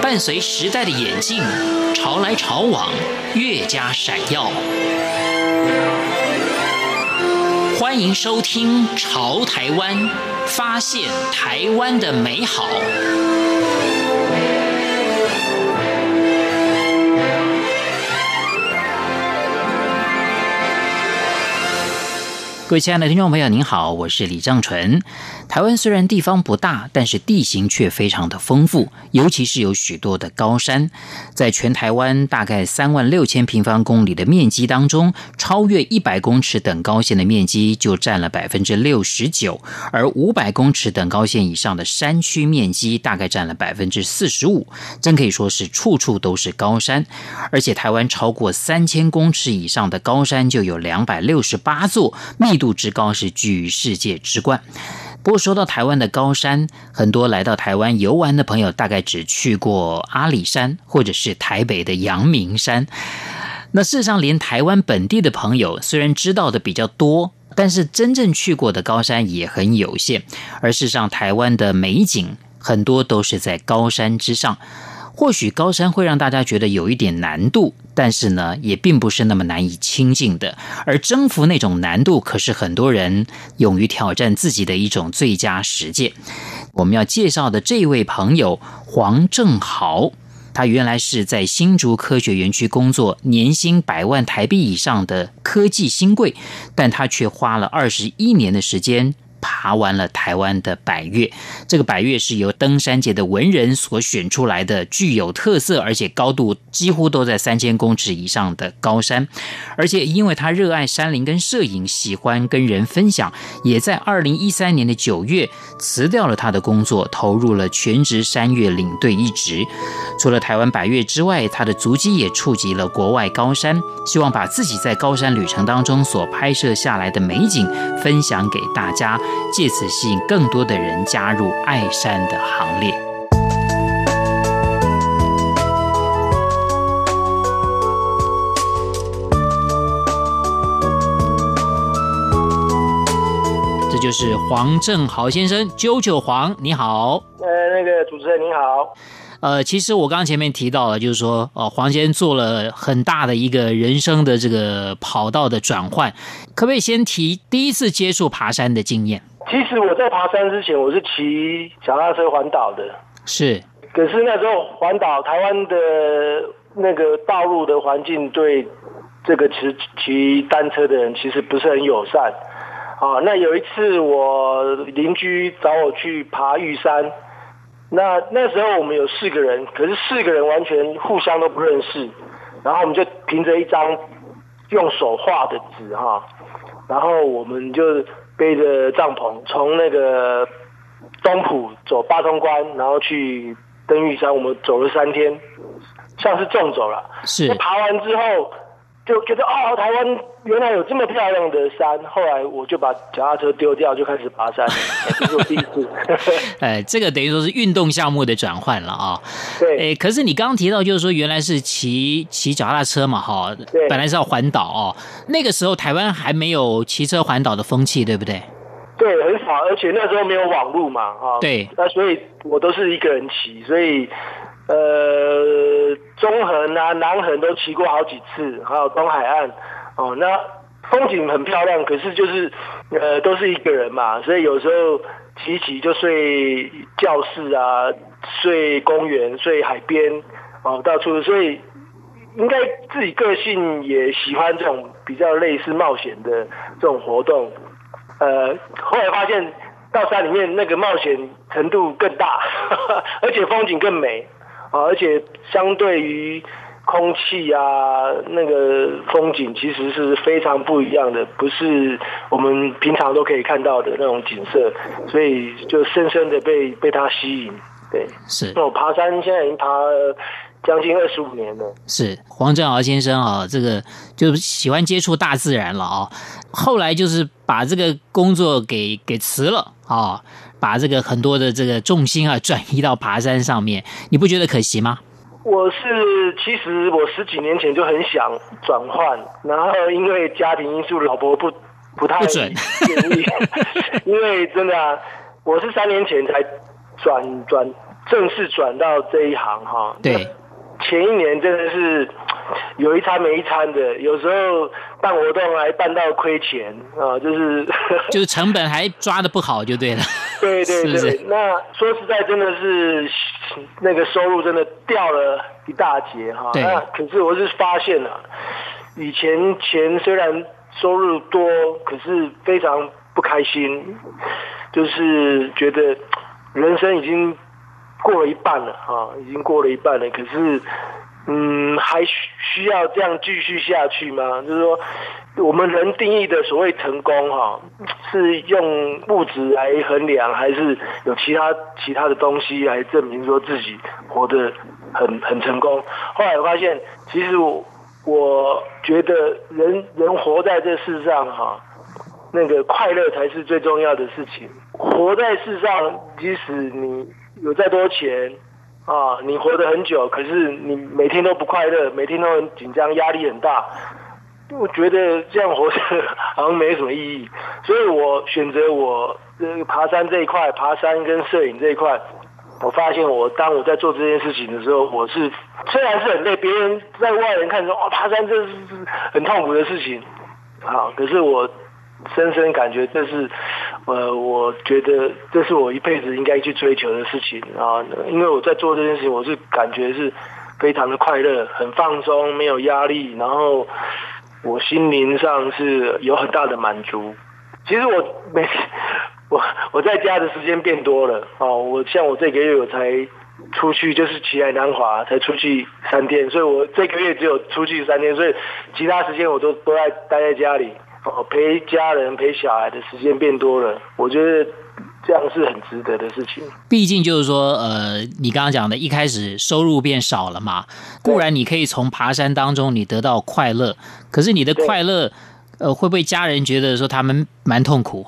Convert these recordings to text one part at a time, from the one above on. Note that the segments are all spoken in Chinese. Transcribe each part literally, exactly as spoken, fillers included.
伴随时代的演进，潮来潮往，越加闪耀。欢迎收听《潮台湾》，发现台湾的美好。各位亲爱的听众朋友您好，我是李正纯。台湾虽然地方不大，但是地形却非常的丰富，尤其是有许多的高山。在全台湾大概三万六千平方公里的面积当中，超越一百公尺等高线的面积就占了百分之六十九，而五百公尺等高线以上的山区面积大概占了百分之四十五，真可以说是处处都是高山。而且台湾超过三千公尺以上的高山就有两百六十八座，密度之高是居于世界之冠。不过说到台湾的高山，很多来到台湾游玩的朋友大概只去过阿里山或者是台北的阳明山。那事实上连台湾本地的朋友虽然知道的比较多，但是真正去过的高山也很有限。而事实上台湾的美景很多都是在高山之上。或许高山会让大家觉得有一点难度，但是呢，也并不是那么难以亲近的。而征服那种难度，可是很多人勇于挑战自己的一种最佳实践。我们要介绍的这位朋友黄正豪，他原来是在新竹科学园区工作，年薪百万台币以上的科技新贵，但他却花了二十一年的时间爬完了台湾的百岳。这个百岳是由登山界的文人所选出来的，具有特色而且高度几乎都在三千公尺以上的高山。而且因为他热爱山林跟摄影，喜欢跟人分享，也在二零一三年的九月辞掉了他的工作，投入了全职山岳领队一职。除了台湾百岳之外，他的足迹也触及了国外高山，希望把自己在高山旅程当中所拍摄下来的美景分享给大家，借此吸引更多的人加入爱山的行列。这就是黄正豪先生，啾啾黄，你好。 呃，那个主持人您好。 呃，其实我刚刚前面提到了，就是说，呃，黄先生做了很大的一个人生的这个跑道的转换，可不可以先提第一次接触爬山的经验？ 其实我在爬山之前，我是骑脚踏车环岛的。 是。 可是那时候环岛，台湾的那个道路的环境对这个骑骑单车的人其实不是很友善。啊，那有一次我邻居找我去爬玉山。那那时候我们有四个人，可是四个人完全互相都不认识，然后我们就凭着一张用手画的纸哈，然后我们就背着帐篷从那个东埔走八通关，然后去登玉山，我们走了三天，像是纵走了。 是。 爬完之后就觉得哦，台湾原来有这么漂亮的山，后来我就把脚踏车丢掉，就开始爬山。这是我第一次。 哎，这个等于说是运动项目的转换了啊。 对。 哎，可是你刚刚提到就是说原来是骑骑脚踏车嘛，哈，本来是要环岛哦。那个时候台湾还没有骑车环岛的风气，对不对？ 对，很少，而且那时候没有网路嘛，哈。 对。 那所以我都是一个人骑，所以。呃，中横啊、南横都骑过好几次，还有东海岸，哦，那风景很漂亮，可是就是呃都是一个人嘛，所以有时候骑一骑就睡教室啊，睡公园，睡海边，哦，到处，所以应该自己个性也喜欢这种比较类似冒险的这种活动。呃，后来发现到山里面那个冒险程度更大，而且风景更美。啊，而且相对于空气啊，那个风景其实是非常不一样的，不是我们平常都可以看到的那种景色，所以就深深的被被它吸引。对， 是。 那我爬山现在已经爬了将近二十五年了。 是黄正豪先生啊，这个就喜欢接触大自然了啊。后来就是把这个工作给给辞了啊。把这个很多的这个重心啊转移到爬山上面，你不觉得可惜吗？ 我是其实我十几年前就很想转换，然后因为家庭因素，老婆不不太建议，因为真的啊，我是三年前才转转正式转到这一行哈。 对。 前一年真的是有一餐没一餐的，有时候办活动还办到亏钱啊，就是就是成本还抓得不好就对了。 对对对， 是是那说实在真的是那个收入真的掉了一大截哈。那可是我是发现了、啊，以前钱虽然收入多，可是非常不开心，就是觉得人生已经过了一半了啊，已经过了一半了。可是，嗯，还需要这样继续下去吗？就是说，我们人定义的所谓成功哈，是用物质来衡量，还是有其他其他的东西来证明说自己活得很很成功？后来我发现，其实我我觉得人人活在这世上哈，那个快乐才是最重要的事情。活在世上，即使你有再多钱啊，你活得很久，可是你每天都不快乐，每天都很紧张，压力很大。我觉得这样活着好像没什么意义，所以我选择我这个爬山这一块，爬山跟摄影这一块。我发现我当我在做这件事情的时候，我是虽然是很累，别人在外人看说哦，爬山这是很痛苦的事情，好，可是我深深感觉这是，呃，我觉得这是我一辈子应该去追求的事情啊，因为我在做这件事情，我是感觉是非常的快乐，很放松，没有压力，然后我心灵上是有很大的满足。其实我每我我在家的时间变多了哦，我像我这个月我才出去，就是奇来南华才出去三天，所以我这个月只有出去三天，所以其他时间我都都在待在家里哦，陪家人陪小孩的时间变多了，我觉得这样是很值得的事情。 毕竟就是说，呃，你刚刚讲的，一开始收入变少了嘛，固然你可以从爬山当中你得到快乐，可是你的快乐。呃，会不会家人觉得说他们蛮痛苦？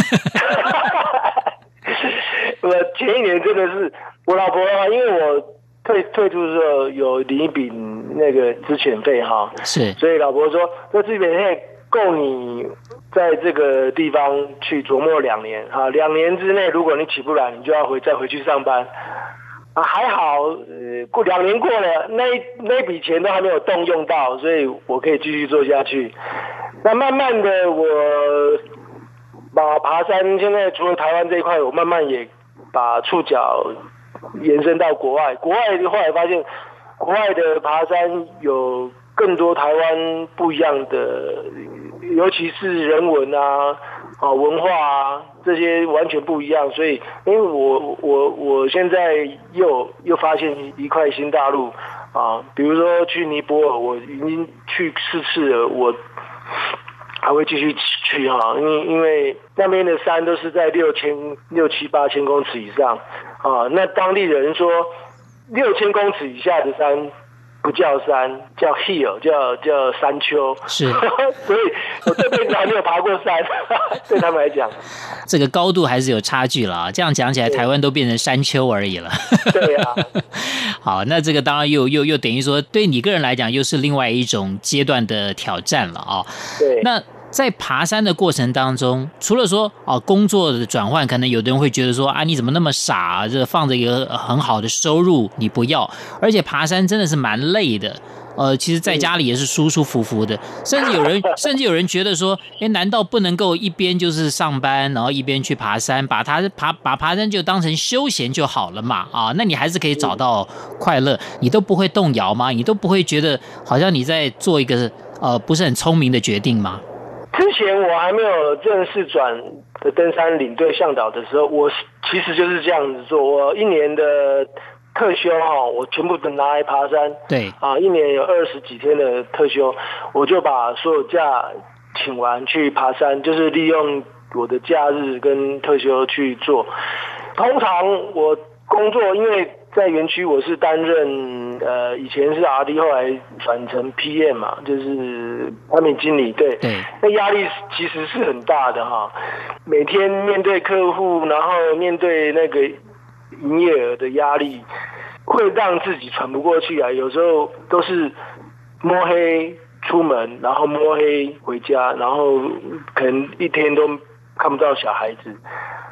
我前一年真的是我老婆啊，因为我退退出的时候有领一笔那个资遣费哈， 是， 所以老婆说这资遣费够你在这个地方去琢磨两年哈，两年之内如果你起不来，你就要回再回去上班。啊，还好，呃，过两年过了，那那笔钱都还没有动用到，所以我可以继续做下去。那慢慢的，我把爬山，现在除了台湾这一块，我慢慢也把触角延伸到国外。国外后来发现，国外的爬山有更多台湾不一样的，尤其是人文啊。啊，文化啊，这些完全不一样，所以因为我我我现在又又发现一块新大陆啊，比如说去尼泊尔，我已经去四次了，我还会继续去哈，因为因为那边的山都是在六千六七八千公尺以上啊，那当地人说六千公尺以下的山。不叫山，叫 hill， 叫叫山丘。 是， 所以我这辈子还没有爬过山，对他们来讲， 这个高度还是有差距了啊。这样讲起来，台湾都变成山丘而已了。 对啊。 好，那这个当然又又又等于说，对你个人来讲，又是另外一种阶段的挑战了啊。 对。 那。在爬山的过程当中，除了说啊工作的转换，可能有的人会觉得说啊你怎么那么傻啊，这放着一个很好的收入你不要，而且爬山真的是蛮累的。呃，其实在家里也是舒舒服服的，甚至有人甚至有人觉得说，哎，难道不能够一边就是上班，然后一边去爬山，把它爬把爬山就当成休闲就好了嘛？啊，那你还是可以找到快乐，你都不会动摇吗？你都不会觉得好像你在做一个呃不是很聪明的决定吗？ 之前我还没有正式转的登山领队向导的时候，我其实就是这样子做。我一年的特休哈，我全部都拿来爬山。 对啊，一年有二十几天的特休，我就把所有假请完去爬山，就是利用我的假日跟特休去做。通常我工作，因为在园区我是担任呃以前是 R D， 后来转成 P M 嘛，就是产品经理。对， 对， 那压力其实是很大的哈，每天面对客户，然后面对那个营业额的压力，会让自己喘不过气来。有时候都是摸黑出门，然后摸黑回家，然后可能一天都看不到小孩子。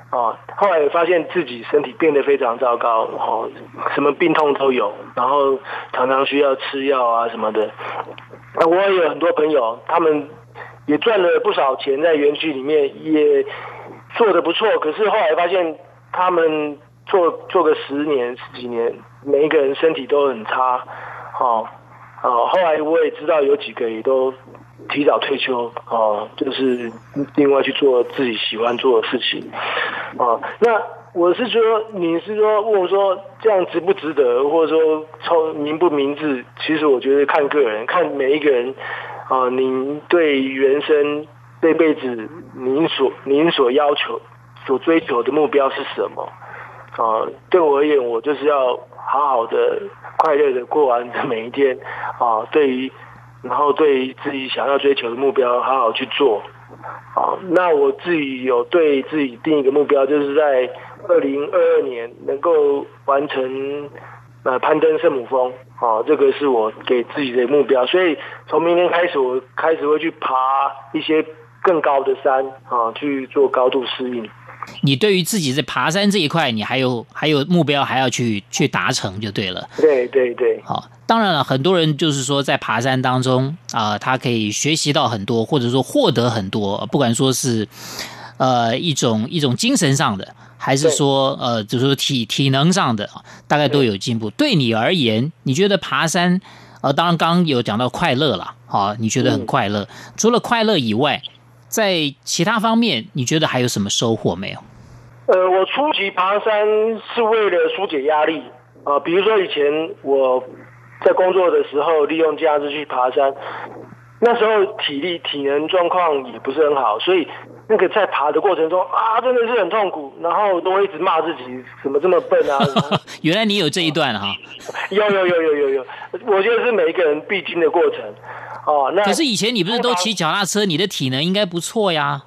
哦，后来发现自己身体变得非常糟糕，哦，什么病痛都有，然后常常需要吃药啊什么的。那我也有很多朋友，他们也赚了不少钱在园区里面，也做得不错。可是后来发现，他们做做个十年、十几年，每一个人身体都很差，哦，哦，后来我也知道有几个也都提早退休，哦，就是另外去做自己喜欢做的事情，哦，那我是说，你是说问我说这样值不值得，或者说抽明不明智？其实我觉得看个人，看每一个人，啊、呃，您对人生这辈子您所您所要求、所追求的目标是什么？啊、呃，对我而言，我就是要好好的、快乐的过完这每一天，啊、呃，对于。然后对自己想要追求的目标好好去做，好，那我自己有对自己定一个目标，就是在二零二二年能够完成呃攀登圣母峰，哦，这个是我给自己的目标，所以从明年开始，我开始会去爬一些更高的山，啊，去做高度适应。 你对于自己在爬山这一块，你还有还有目标，还要去去达成就对了。 对对对。 好，当然了，很多人就是说在爬山当中啊、呃，他可以学习到很多，或者说获得很多，不管说是呃一种一种精神上的，还是说呃就是说体体能上的，大概都有进步。对你而言，你觉得爬山呃，当然刚刚有讲到快乐了，好，你觉得很快乐。嗯、除了快乐以外，在其他方面，你觉得还有什么收获没有？ 呃，我初期爬山是为了疏解压力啊、呃，比如说以前我在工作的时候，利用假日去爬山，那时候体力体能状况也不是很好，所以那个在爬的过程中啊，真的是很痛苦，然后都会一直骂自己怎么这么笨啊。 原来你有这一段哈、啊？ 有有有有有有，我觉得是每一个人必经的过程。哦，那可是以前你不是都骑脚踏车，你的体能应该不错呀。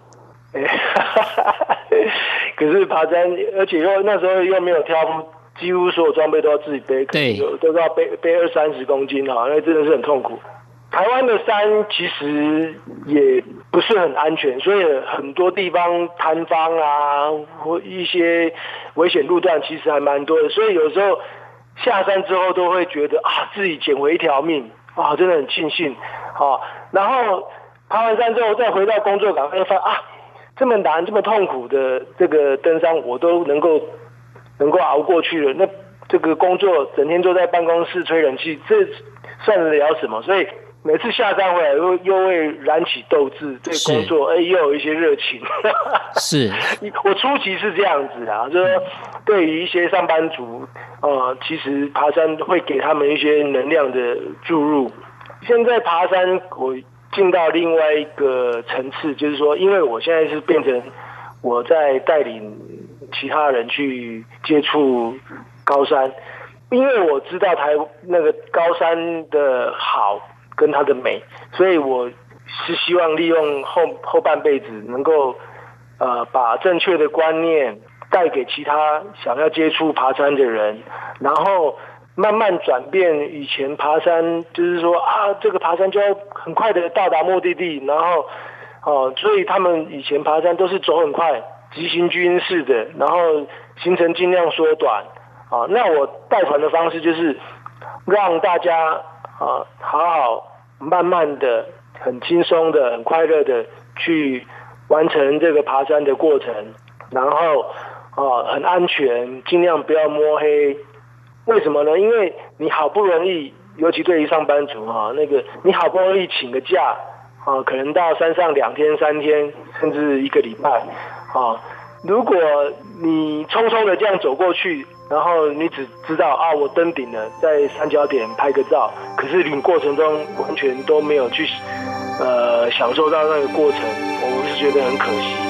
可是爬山，而且又那时候又没有挑夫，几乎所有装备都要自己背， 对， 都要背背二三十公斤哈，那真的是很痛苦。台湾的山其实也不是很安全，所以很多地方塌方啊，或一些危险路段其实还蛮多的，所以有时候下山之后都会觉得啊，自己捡回一条命啊，真的很庆幸。好，然后爬完山之后再回到工作岗位，发现啊，这么难、这么痛苦的这个登山，我都能够能够熬过去了。那这个工作整天都在办公室吹冷气，这算得了什么？所以每次下山回来又又会燃起斗志，对工作哎又有一些热情。 是， 我初期是这样子啊，就是说对于一些上班族，呃，其实爬山会给他们一些能量的注入。现在爬山，我进到另外一个层次，就是说，因为我现在是变成我在带领其他人去接触高山，因为我知道台那个高山的好跟它的美，所以我是希望利用后后半辈子能够呃把正确的观念带给其他想要接触爬山的人，然后慢慢转变以前爬山就是说啊，这个爬山就要很快的到达目的地，然后哦、呃，所以他们以前爬山都是走很快，急行军式的，然后行程尽量缩短啊、呃。那我带团的方式就是让大家啊、呃、好好慢慢的、很轻松的、很快乐的去完成这个爬山的过程，然后啊、呃、很安全，尽量不要摸黑。为什么呢？因为你好不容易，尤其对于上班族哈、啊，那个你好不容易请个假啊，可能到山上两天、三天，甚至一个礼拜啊。如果你匆匆的这样走过去，然后你只知道啊，我登顶了，在三角点拍个照，可是你过程中完全都没有去呃享受到那个过程，我是觉得很可惜。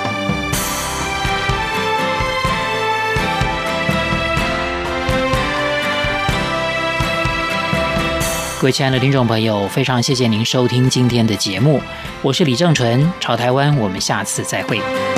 各位亲爱的听众朋友，非常谢谢您收听今天的节目，我是李正淳，朝台湾，我们下次再会。